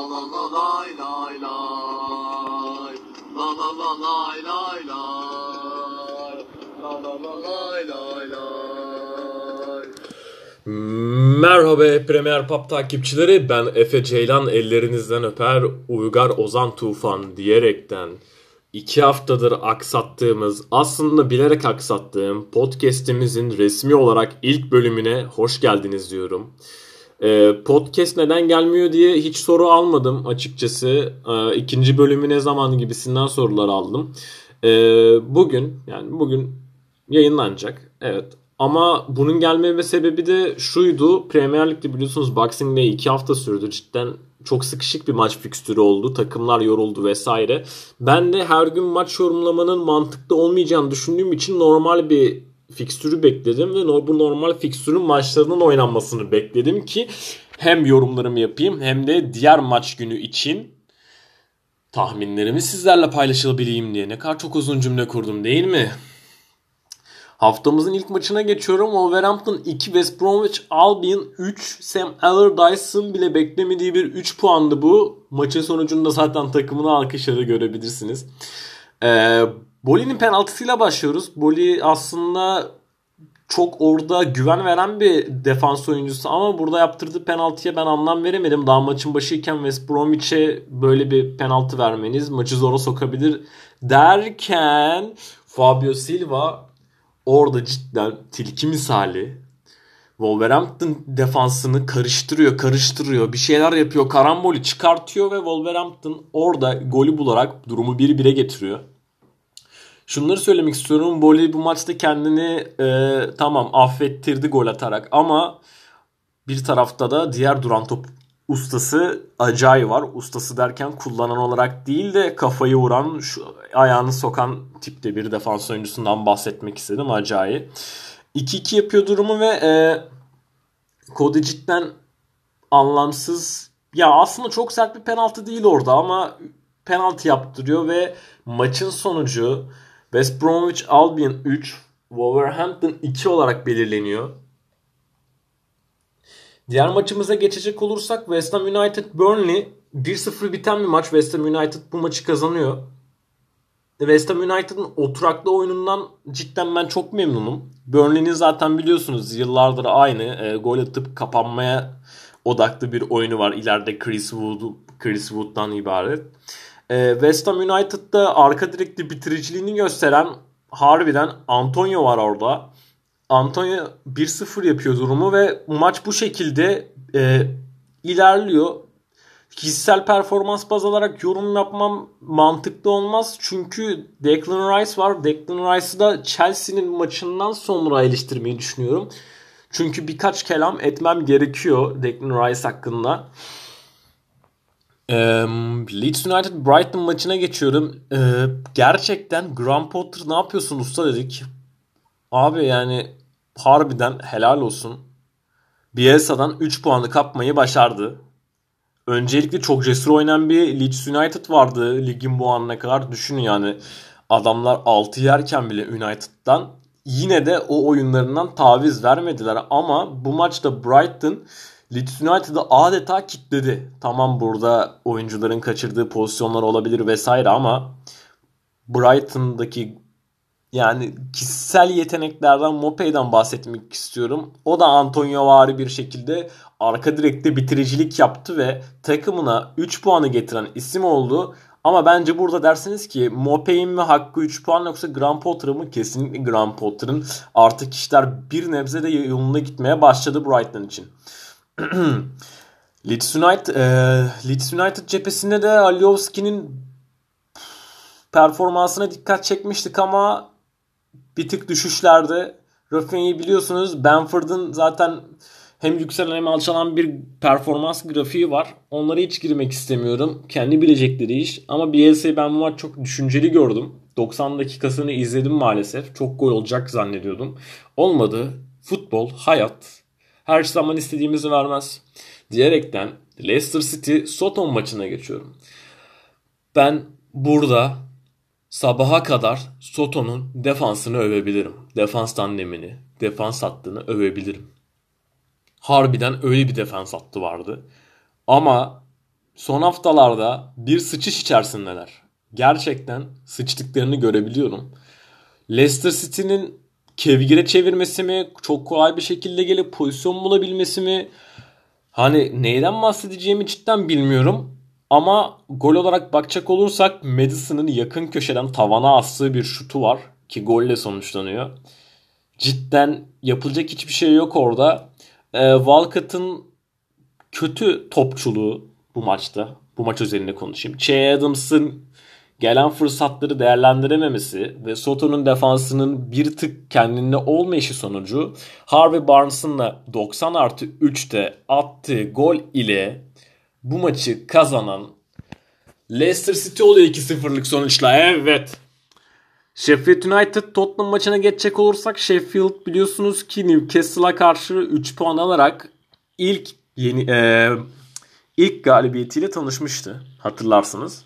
la la lay lay lay. La la la lay lay lay. La la la lay lay lay. Merhaba Premier Pub takipçileri, ben Efe Ceylan, ellerinizden öper Uygar Ozan Tufan diyerekten 2 haftadır aksattığımız, aslında bilerek aksattığım podcast'imizin resmi olarak ilk bölümüne hoş geldiniz diyorum. Podcast neden gelmiyor diye hiç soru almadım açıkçası. İkinci bölümü ne zaman gibisinden sorular aldım. Bugün yayınlanacak. Evet. Ama bunun gelmeme sebebi de şuydu. Premier Lig'de biliyorsunuz Boxing Day 2 hafta sürdü. Cidden çok sıkışık bir maç fikstürü oldu. Takımlar yoruldu vesaire. Ben de her gün maç yorumlamanın mantıklı olmayacağını düşündüğüm için normal bir fikstürü bekledim. Ve bu normal fikstürün maçlarının oynanmasını bekledim ki hem yorumlarımı yapayım hem de diğer maç günü için tahminlerimi sizlerle paylaşabileyim diye. Ne kadar çok uzun cümle kurdum değil mi? Haftamızın ilk maçına geçiyorum. Wolverhampton 2, West Bromwich Albion 3. Sam Allardyce'ın bile beklemediği bir 3 puandı bu. Maçın sonucunda zaten takımını alkışladı, görebilirsiniz. Boli'nin penaltısıyla başlıyoruz. Boli aslında çok orada güven veren bir defans oyuncusu ama burada yaptırdığı penaltıya ben anlam veremedim. Daha maçın başıyken West Bromwich'e böyle bir penaltı vermeniz maçı zora sokabilir derken Fabio Silva orada cidden tilki misali Wolverhampton defansını karıştırıyor. Bir şeyler yapıyor. Karambolü çıkartıyor ve Wolverhampton orada golü bularak durumu 1-1'e getiriyor. Şunları söylemek istiyorum. Boli bu maçta kendini tamam affettirdi gol atarak ama bir tarafta da diğer duran top ustası Ajayi var. Ustası derken kullanan olarak değil de kafayı vuran, şu ayağını sokan tipte bir defans oyuncusundan bahsetmek istedim, Ajayi. 2-2 yapıyor durumu ve Cody cidden anlamsız. Ya aslında çok sert bir penaltı değil orada ama penaltı yaptırıyor ve maçın sonucu West Bromwich Albion 3, Wolverhampton 2 olarak belirleniyor. Diğer maçımıza geçecek olursak West Ham United Burnley 1-0 biten bir maç. West Ham United bu maçı kazanıyor. West Ham United'ın oturaklı oyunundan cidden ben çok memnunum. Burnley'nin zaten biliyorsunuz yıllardır aynı gol atıp kapanmaya odaklı bir oyunu var. İleride Chris Wood'dan ibaret. West Ham United'da arka direkte bitiriciliğini gösteren harbiden Antonio var orada. Antonio 1-0 yapıyor durumu ve maç bu şekilde ilerliyor. Kişisel performans baz alarak yorum yapmam mantıklı olmaz. Çünkü Declan Rice var. Declan Rice'ı da Chelsea'nin maçından sonra eleştirmeyi düşünüyorum. Çünkü birkaç kelam etmem gerekiyor Declan Rice hakkında. Leeds United Brighton maçına geçiyorum. Gerçekten Graham Potter ne yapıyorsun usta dedik. Abi yani harbiden helal olsun. Bielsa'dan 3 puanı kapmayı başardı. Öncelikle çok cesur oynayan bir Leeds United vardı ligin bu anına kadar. Düşünün yani adamlar 6 yerken bile United'dan yine de o oyunlarından taviz vermediler. Ama bu maçta Brighton Leeds United'ı adeta kilitledi. Tamam burada oyuncuların kaçırdığı pozisyonlar olabilir vesaire ama Brighton'daki yani kişisel yeteneklerden Mopey'den bahsetmek istiyorum. O da Antonio'vari bir şekilde arka direkte bitiricilik yaptı ve takımına 3 puanı getiren isim oldu. Ama bence burada dersiniz ki Mopey'in mi hakkı 3 puan yoksa Graham Potter'ın mı? Kesinlikle Graham Potter'ın. Artık işler bir nebze de yoluna gitmeye başladı Brighton için. Leeds United cephesinde de Alioski'nin performansına dikkat çekmiştik ama bir tık düşüşlerde. Rafinha'yı biliyorsunuz. Bamford'un zaten hem yükselen hem alçalan bir performans grafiği var. Onlara hiç girmek istemiyorum. Kendi bilecekleri iş. Ama Bielsa'yı ben bu maç çok düşünceli gördüm. 90 dakikasını izledim maalesef. Çok gol olacak zannediyordum. Olmadı. Futbol, hayat. Her zaman istediğimizi vermez. Diyerekten Leicester City Soton maçına geçiyorum. Ben burada sabaha kadar Soton'un defansını övebilirim. Defans tandemini, defans hattını övebilirim. Harbiden öyle bir defans hattı vardı. Ama son haftalarda bir sıçış içerisindeler. Gerçekten sıçtıklarını görebiliyorum. Leicester City'nin kevgire çevirmesi mi, çok kolay bir şekilde gelip pozisyon bulabilmesi mi? Hani neyden bahsedeceğimi cidden bilmiyorum. Ama gol olarak bakacak olursak Madison'ın yakın köşeden tavana astığı bir şutu var ki golle sonuçlanıyor. Cidden yapılacak hiçbir şey yok orada. Walcott'ın kötü topçuluğu bu maçta. Bu maç üzerinde konuşayım. Che Adams'ın gelen fırsatları değerlendirememesi ve Soto'nun defansının bir tık kendinde olmayışı sonucu Harvey Barnes'ın da 90+3'te attığı gol ile bu maçı kazanan Leicester City oluyor 2-0'lık sonuçla. Evet. Sheffield United Tottenham maçına geçecek olursak Sheffield biliyorsunuz ki Newcastle'a karşı 3 puan alarak ilk galibiyetiyle tanışmıştı. Hatırlarsınız.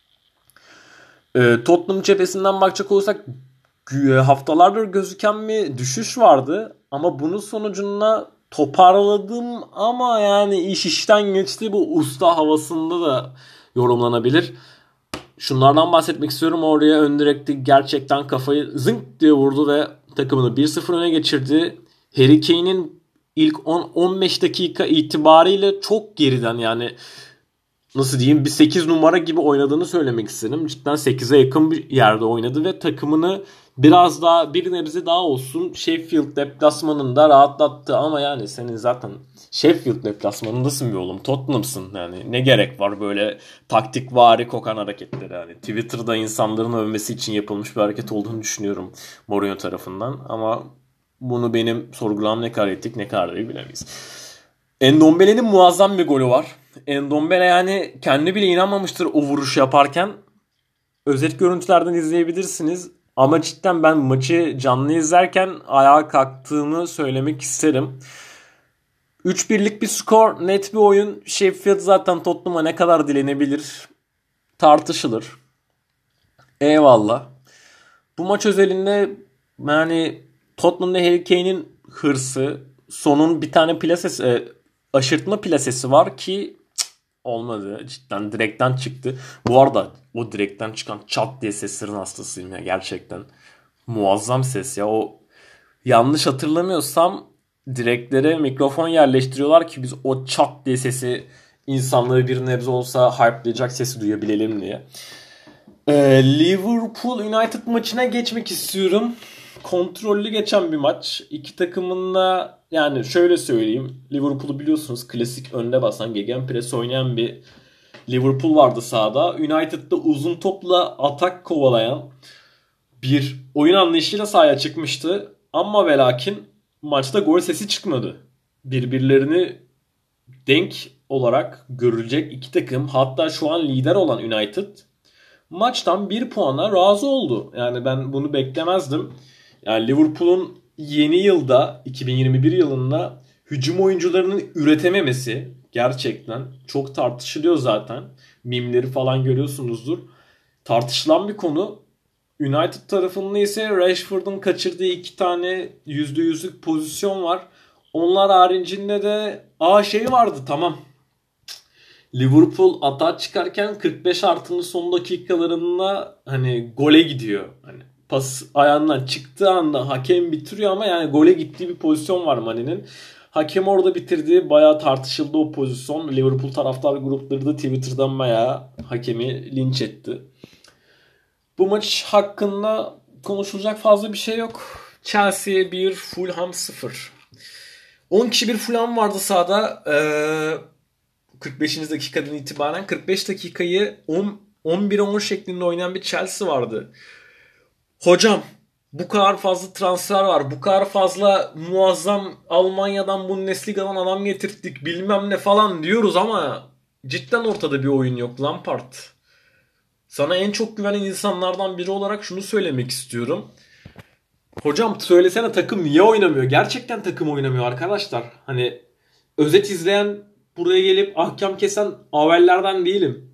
Tottenham cephesinden bakacak olursak haftalardır gözüken bir düşüş vardı. Ama bunun sonucunda toparladım ama yani iş işten geçti, bu usta havasında da yorumlanabilir. Şunlardan bahsetmek istiyorum. Oraya ön direkte gerçekten kafayı zınk diye vurdu ve takımını 1-0 öne geçirdi. Harry Kane'in ilk 10-15 dakika itibariyle çok geriden, yani nasıl diyeyim, bir 8 numara gibi oynadığını söylemek istedim. Cidden 8'e yakın bir yerde oynadı ve takımını biraz daha, bir nebze daha olsun Sheffield deplasmanında rahatlattı. Ama yani senin zaten Sheffield deplasmanındasın bir oğlum. Tottenham'sın yani. Ne gerek var böyle taktikvari kokan hareketleri yani. Twitter'da insanların övmesi için yapılmış bir hareket olduğunu düşünüyorum Mourinho tarafından. Ama bunu benim sorgulamam ne kadar etik ne kadar değil bilemeyiz. Endombele'nin muazzam bir golü var. Endombele yani kendi bile inanmamıştır o vuruş yaparken. Özet görüntülerden izleyebilirsiniz. Ama cidden ben maçı canlı izlerken ayağa kalktığımı söylemek isterim. 3-1'lik bir skor, net bir oyun. Sheffield zaten Tottenham'a ne kadar dilenebilir tartışılır. Eyvallah. Bu maç özelinde yani Tottenham'da Harry Kane'in hırsı, sonun bir tane aşırtma plasesi var ki olmadı. Cidden direkten çıktı. Bu arada o direkten çıkan çat diye seslerin hastasıyım ya. Gerçekten muazzam ses ya. O, yanlış hatırlamıyorsam direklere mikrofon yerleştiriyorlar ki biz o çat diye sesi, insanları bir nebze olsa hype'layacak sesi duyabilelim diye. Liverpool United maçına geçmek istiyorum. Kontrollü geçen bir maç. İki takımın da, yani şöyle söyleyeyim. Liverpool'u biliyorsunuz, klasik önde basan, gegenpress oynayan bir Liverpool vardı sahada. United'da uzun topla atak kovalayan bir oyun anlayışıyla sahaya çıkmıştı. Ama ve lakin maçta gol sesi çıkmadı. Birbirlerini denk olarak görülecek iki takım, hatta şu an lider olan United maçtan 1 puana razı oldu. Yani ben bunu beklemezdim. Yani Liverpool'un yeni yılda, 2021 yılında hücum oyuncularının üretememesi gerçekten çok tartışılıyor zaten. Mimleri falan görüyorsunuzdur. Tartışılan bir konu. United tarafında ise Rashford'un kaçırdığı 2 tane %100'lük pozisyon var. Onlar haricinde de şey vardı, tamam. Liverpool atağa çıkarken 45 artının son dakikalarında hani gole gidiyor. Hani pas ayağından çıktığı anda hakem bitiriyor ama yani gole gittiği bir pozisyon var Mane'nin. Hakem orada bitirdi. Bayağı tartışıldı o pozisyon. Liverpool taraftar grupları da Twitter'dan bayağı hakemi linç etti. Bu maç hakkında konuşulacak fazla bir şey yok. Chelsea 1, Fulham 0. 10 kişi bir Fulham vardı sahada. 45. dakikadan itibaren 45 dakikayı 11'e 10 şeklinde oynayan bir Chelsea vardı. Hocam bu kadar fazla transfer var, bu kadar fazla muazzam Almanya'dan, Bundesliga'dan adam getirdik bilmem ne falan diyoruz ama cidden ortada bir oyun yok. Lampard, sana en çok güvenen insanlardan biri olarak şunu söylemek istiyorum. Hocam söylesene, takım niye oynamıyor? Gerçekten takım oynamıyor arkadaşlar. Hani özet izleyen, buraya gelip ahkam kesen avellerden değilim.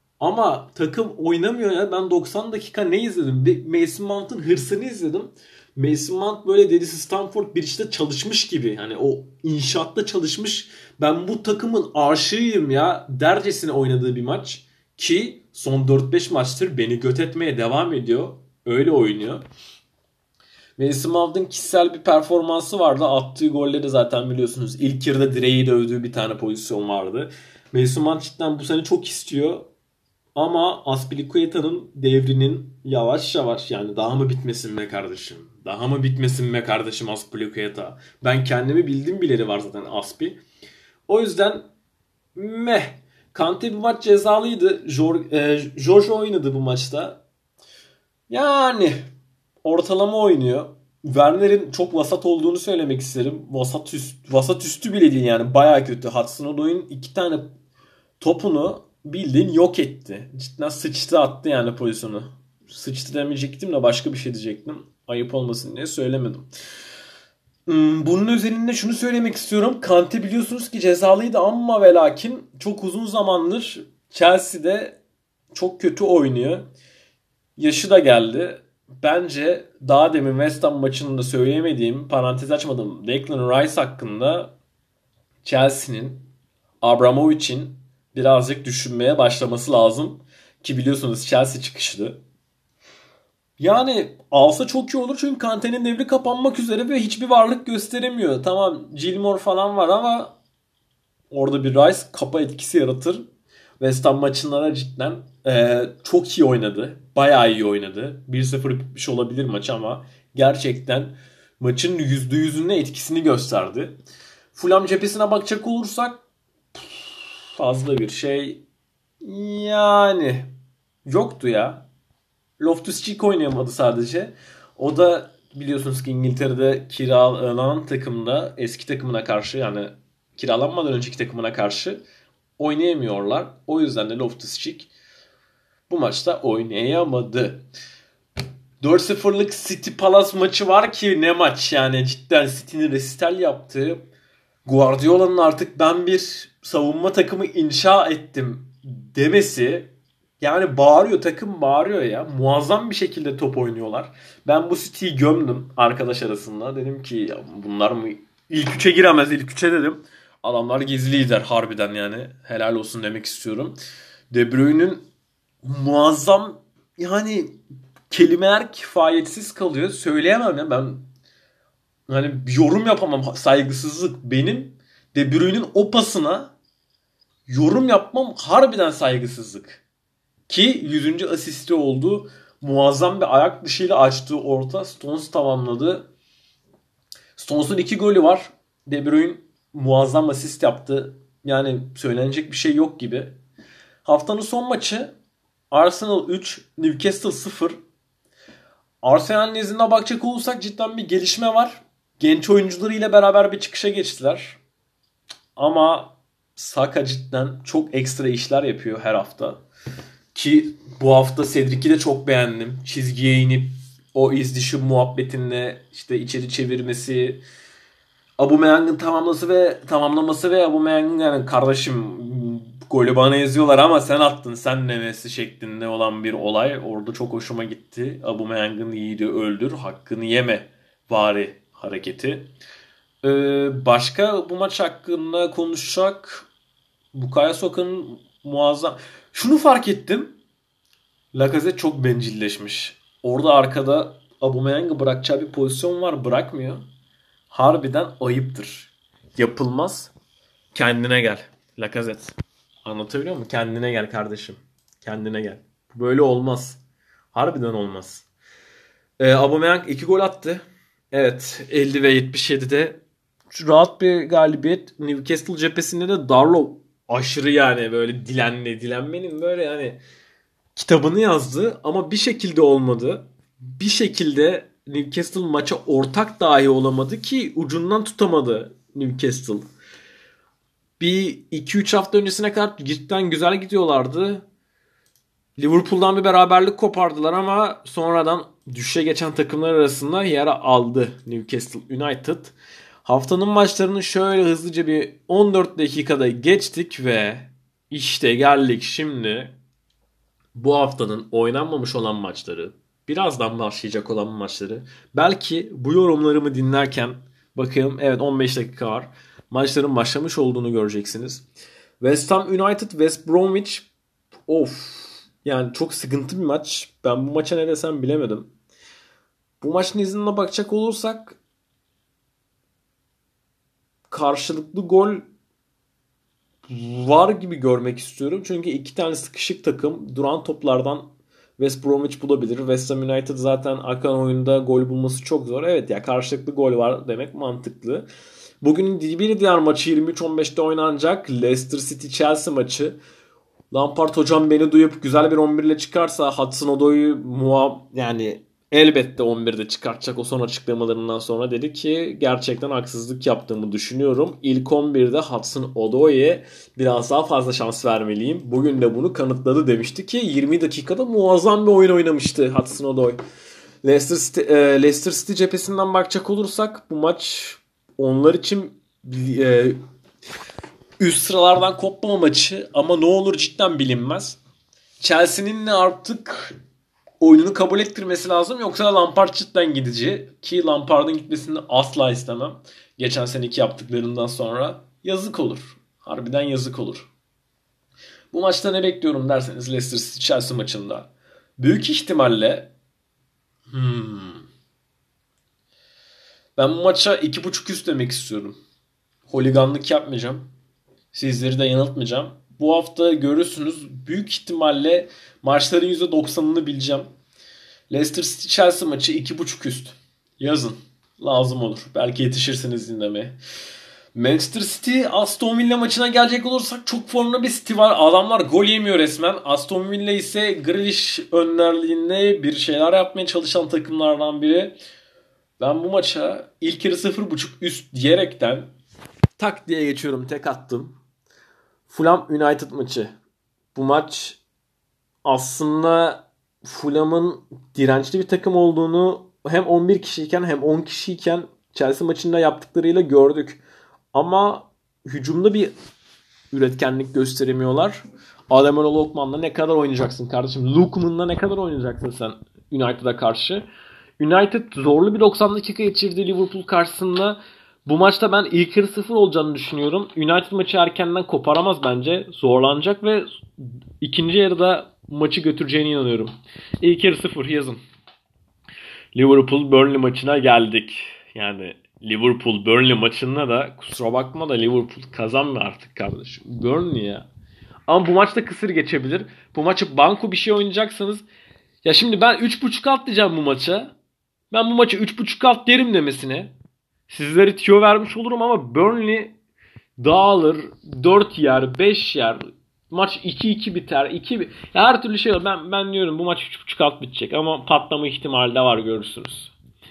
Ama takım oynamıyor ya. Ben 90 dakika ne izledim? Mason Mount'un hırsını izledim. Mason Mount böyle Dennis Stanford bir işte çalışmış gibi. Hani o inşaatta çalışmış. Ben bu takımın aşığıyım ya dercesine oynadığı bir maç. Ki son 4-5 maçtır beni göt etmeye devam ediyor. Öyle oynuyor. Mason Mount'ın kişisel bir performansı vardı. Attığı golleri zaten biliyorsunuz. İlk yarıda direği dövdüğü bir tane pozisyon vardı. Mason Mount cidden bu sene çok istiyor. Ama Azpilicueta'nın devrinin yavaş yavaş yani daha mı bitmesin be kardeşim? Daha mı bitmesin be kardeşim Azpilicueta? Ben kendimi bildim bileli var zaten Aspi. O yüzden meh. Kante bu maç cezalıydı. Jojo oynadı bu maçta. Yani ortalama oynuyor. Werner'in çok vasat olduğunu söylemek isterim. Vasat üstü bile değil yani. Baya kötü. Hudson-Odoi'nin 2 tane topunu bildiğin yok etti. Cidden sıçtı attı yani pozisyonu. Sıçtı demeyecektim de başka bir şey diyecektim. Ayıp olmasın diye söylemedim. Bunun özelinde şunu söylemek istiyorum. Kante biliyorsunuz ki cezalıydı ama ve lakin çok uzun zamandır Chelsea'de çok kötü oynuyor. Yaşı da geldi. Bence daha demin West Ham maçında söyleyemediğim, parantez açmadım, Declan Rice hakkında Chelsea'nin Abramovich'in birazcık düşünmeye başlaması lazım. Ki biliyorsunuz Chelsea çıkışlı. Yani alsa çok iyi olur çünkü Kante'nin devri kapanmak üzere ve hiçbir varlık gösteremiyor. Tamam Gilmore falan var ama orada bir Rice kapa etkisi yaratır. West Ham maçında da cidden çok iyi oynadı. Bayağı iyi oynadı. 1-0 bitmiş olabilir maç ama gerçekten maçın %100'üne etkisini gösterdi. Fulham cephesine bakacak olursak fazla bir şey yani yoktu ya. Loftus-Cheek oynayamadı sadece. O da biliyorsunuz ki İngiltere'de kiralanan takımda eski takımına karşı yani kiralanmadan önceki takımına karşı oynayamıyorlar. O yüzden de Loftus-Cheek bu maçta oynayamadı. 4-0'lık City Palace maçı var ki ne maç yani cidden City'nin resital yaptığı Guardiola'nın artık ben bir savunma takımı inşa ettim demesi yani bağırıyor takım bağırıyor ya. Muazzam bir şekilde top oynuyorlar. Ben bu City'yi gömdüm arkadaş arasında. Dedim ki ya bunlar mı ilk üçe giremez ilk üçe dedim. Adamlar gizli lider harbiden yani. Helal olsun demek istiyorum. De Bruyne'nin muazzam yani kelimeler kifayetsiz kalıyor. Söyleyemem ya ben hani yorum yapamam saygısızlık benim De Bruyne'nin o pasına yorum yapmam harbiden saygısızlık. Ki 100. asisti oldu. Muazzam bir ayak dışıyla açtığı orta Stones tamamladı. Stones'un 2 golü var. De Bruyne muazzam asist yaptı. Yani söylenecek bir şey yok gibi. Haftanın son maçı Arsenal 3, Newcastle 0. Arsenal nezdinde bakacak olursak cidden bir gelişme var. Genç oyuncularıyla beraber bir çıkışa geçtiler. Ama Saka cidden çok ekstra işler yapıyor her hafta. Ki bu hafta Cedric'i de çok beğendim. Çizgiye inip o izdişim muhabbetinle işte içeri çevirmesi, Aubameyang'ın tamamlaması ve Aubameyang'ın yani kardeşim golü bana yazıyorlar ama sen attın sen nemesi şeklinde olan bir olay. Orada çok hoşuma gitti. Aubameyang'ın yiğidi öldür hakkını yeme vari hareketi. Başka bu maç hakkında konuşacak Bukayo Saka'nın muazzam. Şunu fark ettim. Lacazette çok bencilleşmiş. Orada arkada Aubameyang'ı bırakacağı bir pozisyon var. Bırakmıyor. Harbiden ayıptır. Yapılmaz. Kendine gel. Lacazette. Anlatabiliyor muyum? Kendine gel kardeşim. Kendine gel. Böyle olmaz. Harbiden olmaz. Aubameyang 2 gol attı. Evet. 50 ve 77'de rahat bir galibiyet. Newcastle cephesinde de Darlow aşırı yani böyle dilenmenin böyle yani kitabını yazdı ama bir şekilde olmadı. Bir şekilde Newcastle maça ortak dahi olamadı ki ucundan tutamadı Newcastle. Bir 2-3 hafta öncesine kadar cidden güzel gidiyorlardı. Liverpool'dan bir beraberlik kopardılar ama sonradan düşüşe geçen takımlar arasında yer aldı Newcastle United. Haftanın maçlarını şöyle hızlıca bir 14 dakikada geçtik ve işte geldik şimdi bu haftanın oynanmamış olan maçları. Birazdan başlayacak olan maçları. Belki bu yorumlarımı dinlerken bakayım, evet 15 dakika var. Maçların başlamış olduğunu göreceksiniz. West Ham United West Bromwich. Of. Yani çok sıkıntı bir maç. Ben bu maça ne desem bilemedim. Bu maçın izninine bakacak olursak karşılıklı gol var gibi görmek istiyorum. Çünkü iki tane sıkışık takım duran toplardan West Bromwich bulabilir. West Ham United zaten akan oyunda gol bulması çok zor. Evet ya, karşılıklı gol var demek mantıklı. Bugünün bir diğer maçı 23.15'te oynanacak. Leicester City Chelsea maçı. Lampard hocam beni duyup güzel bir 11 ile çıkarsa Hudson-Odoi'yu yani elbette 11'de çıkartacak o son açıklamalarından sonra, dedi ki gerçekten haksızlık yaptığımı düşünüyorum. İlk 11'de Hudson-Odoi'ye biraz daha fazla şans vermeliyim. Bugün de bunu kanıtladı demişti ki 20 dakikada muazzam bir oyun oynamıştı Hudson-Odoi. Leicester City cephesinden bakacak olursak bu maç onlar için üst sıralardan kopmama maçı, ama ne olur cidden bilinmez. Chelsea'nin de artık oyununu kabul ettirmesi lazım, yoksa Lampard cidden gidici, ki Lampard'ın gitmesini asla istemem. Geçen seneki yaptıklarından sonra yazık olur. Harbiden yazık olur. Bu maçta ne bekliyorum derseniz, Leicester City Chelsea maçında büyük ihtimalle ben bu maça 2.5 üst demek istiyorum. Holiganlık yapmayacağım. Sizleri de yanıltmayacağım. Bu hafta görürsünüz, büyük ihtimalle maçların %90'ını bileceğim. Leicester City Chelsea maçı 2.5 üst. Yazın. Lazım olur. Belki yetişirsiniz dinlemeye. Manchester City Aston Villa maçına gelecek olursak çok formda bir City var. Adamlar gol yemiyor resmen. Aston Villa ise Grealish önderliğinde bir şeyler yapmaya çalışan takımlardan biri. Ben bu maça ilk yarı 0.5 üst diyerekten tak diye geçiyorum. Tek attım. Fulham United maçı. Bu maç aslında Fulham'ın dirençli bir takım olduğunu hem 11 kişiyken hem 10 kişiyken Chelsea maçında yaptıklarıyla gördük. Ama hücumda bir üretkenlik gösteremiyorlar. Ademola Lookman'la ne kadar oynayacaksın kardeşim? Lookman'la ne kadar oynayacaksın sen United'a karşı? United zorlu bir 90 dakika geçirdi Liverpool karşısında. Bu maçta ben ilk yarı 0 olacağını düşünüyorum. United maçı erkenden koparamaz bence. Zorlanacak ve ikinci yarıda maçı götüreceğine inanıyorum. İlk yarı 0 yazın. Liverpool Burnley maçına geldik. Yani Liverpool Burnley maçında da kusura bakma da Liverpool kazandı artık kardeşim. Burnley ya. Ama bu maçta kısır geçebilir. Bu maçı banko bir şey oynayacaksanız, ya şimdi ben 3.5 alt diyeceğim bu maça. Ben bu maçı 3.5 alt derim demesine. Sizlere tüyo vermiş olurum ama Burnley dağılır, 4 yer, 5 yer. Maç 2-2 biter. Her türlü şey olur. Ben diyorum bu maç 3.5 alt bitecek ama patlama ihtimali de var, görürsünüz.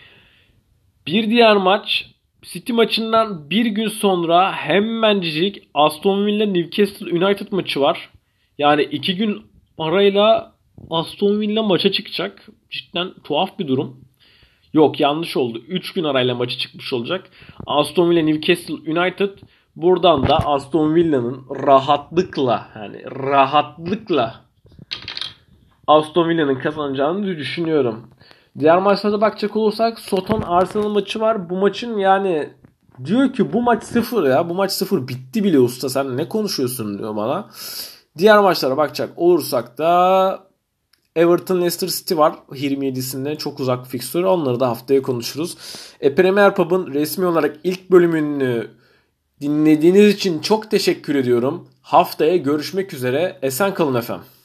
Bir diğer maç City maçından bir gün sonra hemencik Aston Villa Newcastle United maçı var. Yani 2 gün arayla Aston Villa maça çıkacak. Cidden tuhaf bir durum. Yok, yanlış oldu. 3 gün arayla maçı çıkmış olacak. Aston Villa Newcastle United. Buradan da Aston Villa'nın rahatlıkla Aston Villa'nın kazanacağını düşünüyorum. Diğer maçlara bakacak olursak Soton Arsenal maçı var. Bu maçın yani diyor ki bu maç 0 ya. Bu maç 0 bitti bile usta, sen ne konuşuyorsun diyor bana. Diğer maçlara bakacak olursak da Everton Leicester City var 27'sinde, çok uzak bir fikstür. Onları da haftaya konuşuruz. Premier Pub'ın resmi olarak ilk bölümünü dinlediğiniz için çok teşekkür ediyorum. Haftaya görüşmek üzere. Esen kalın efendim.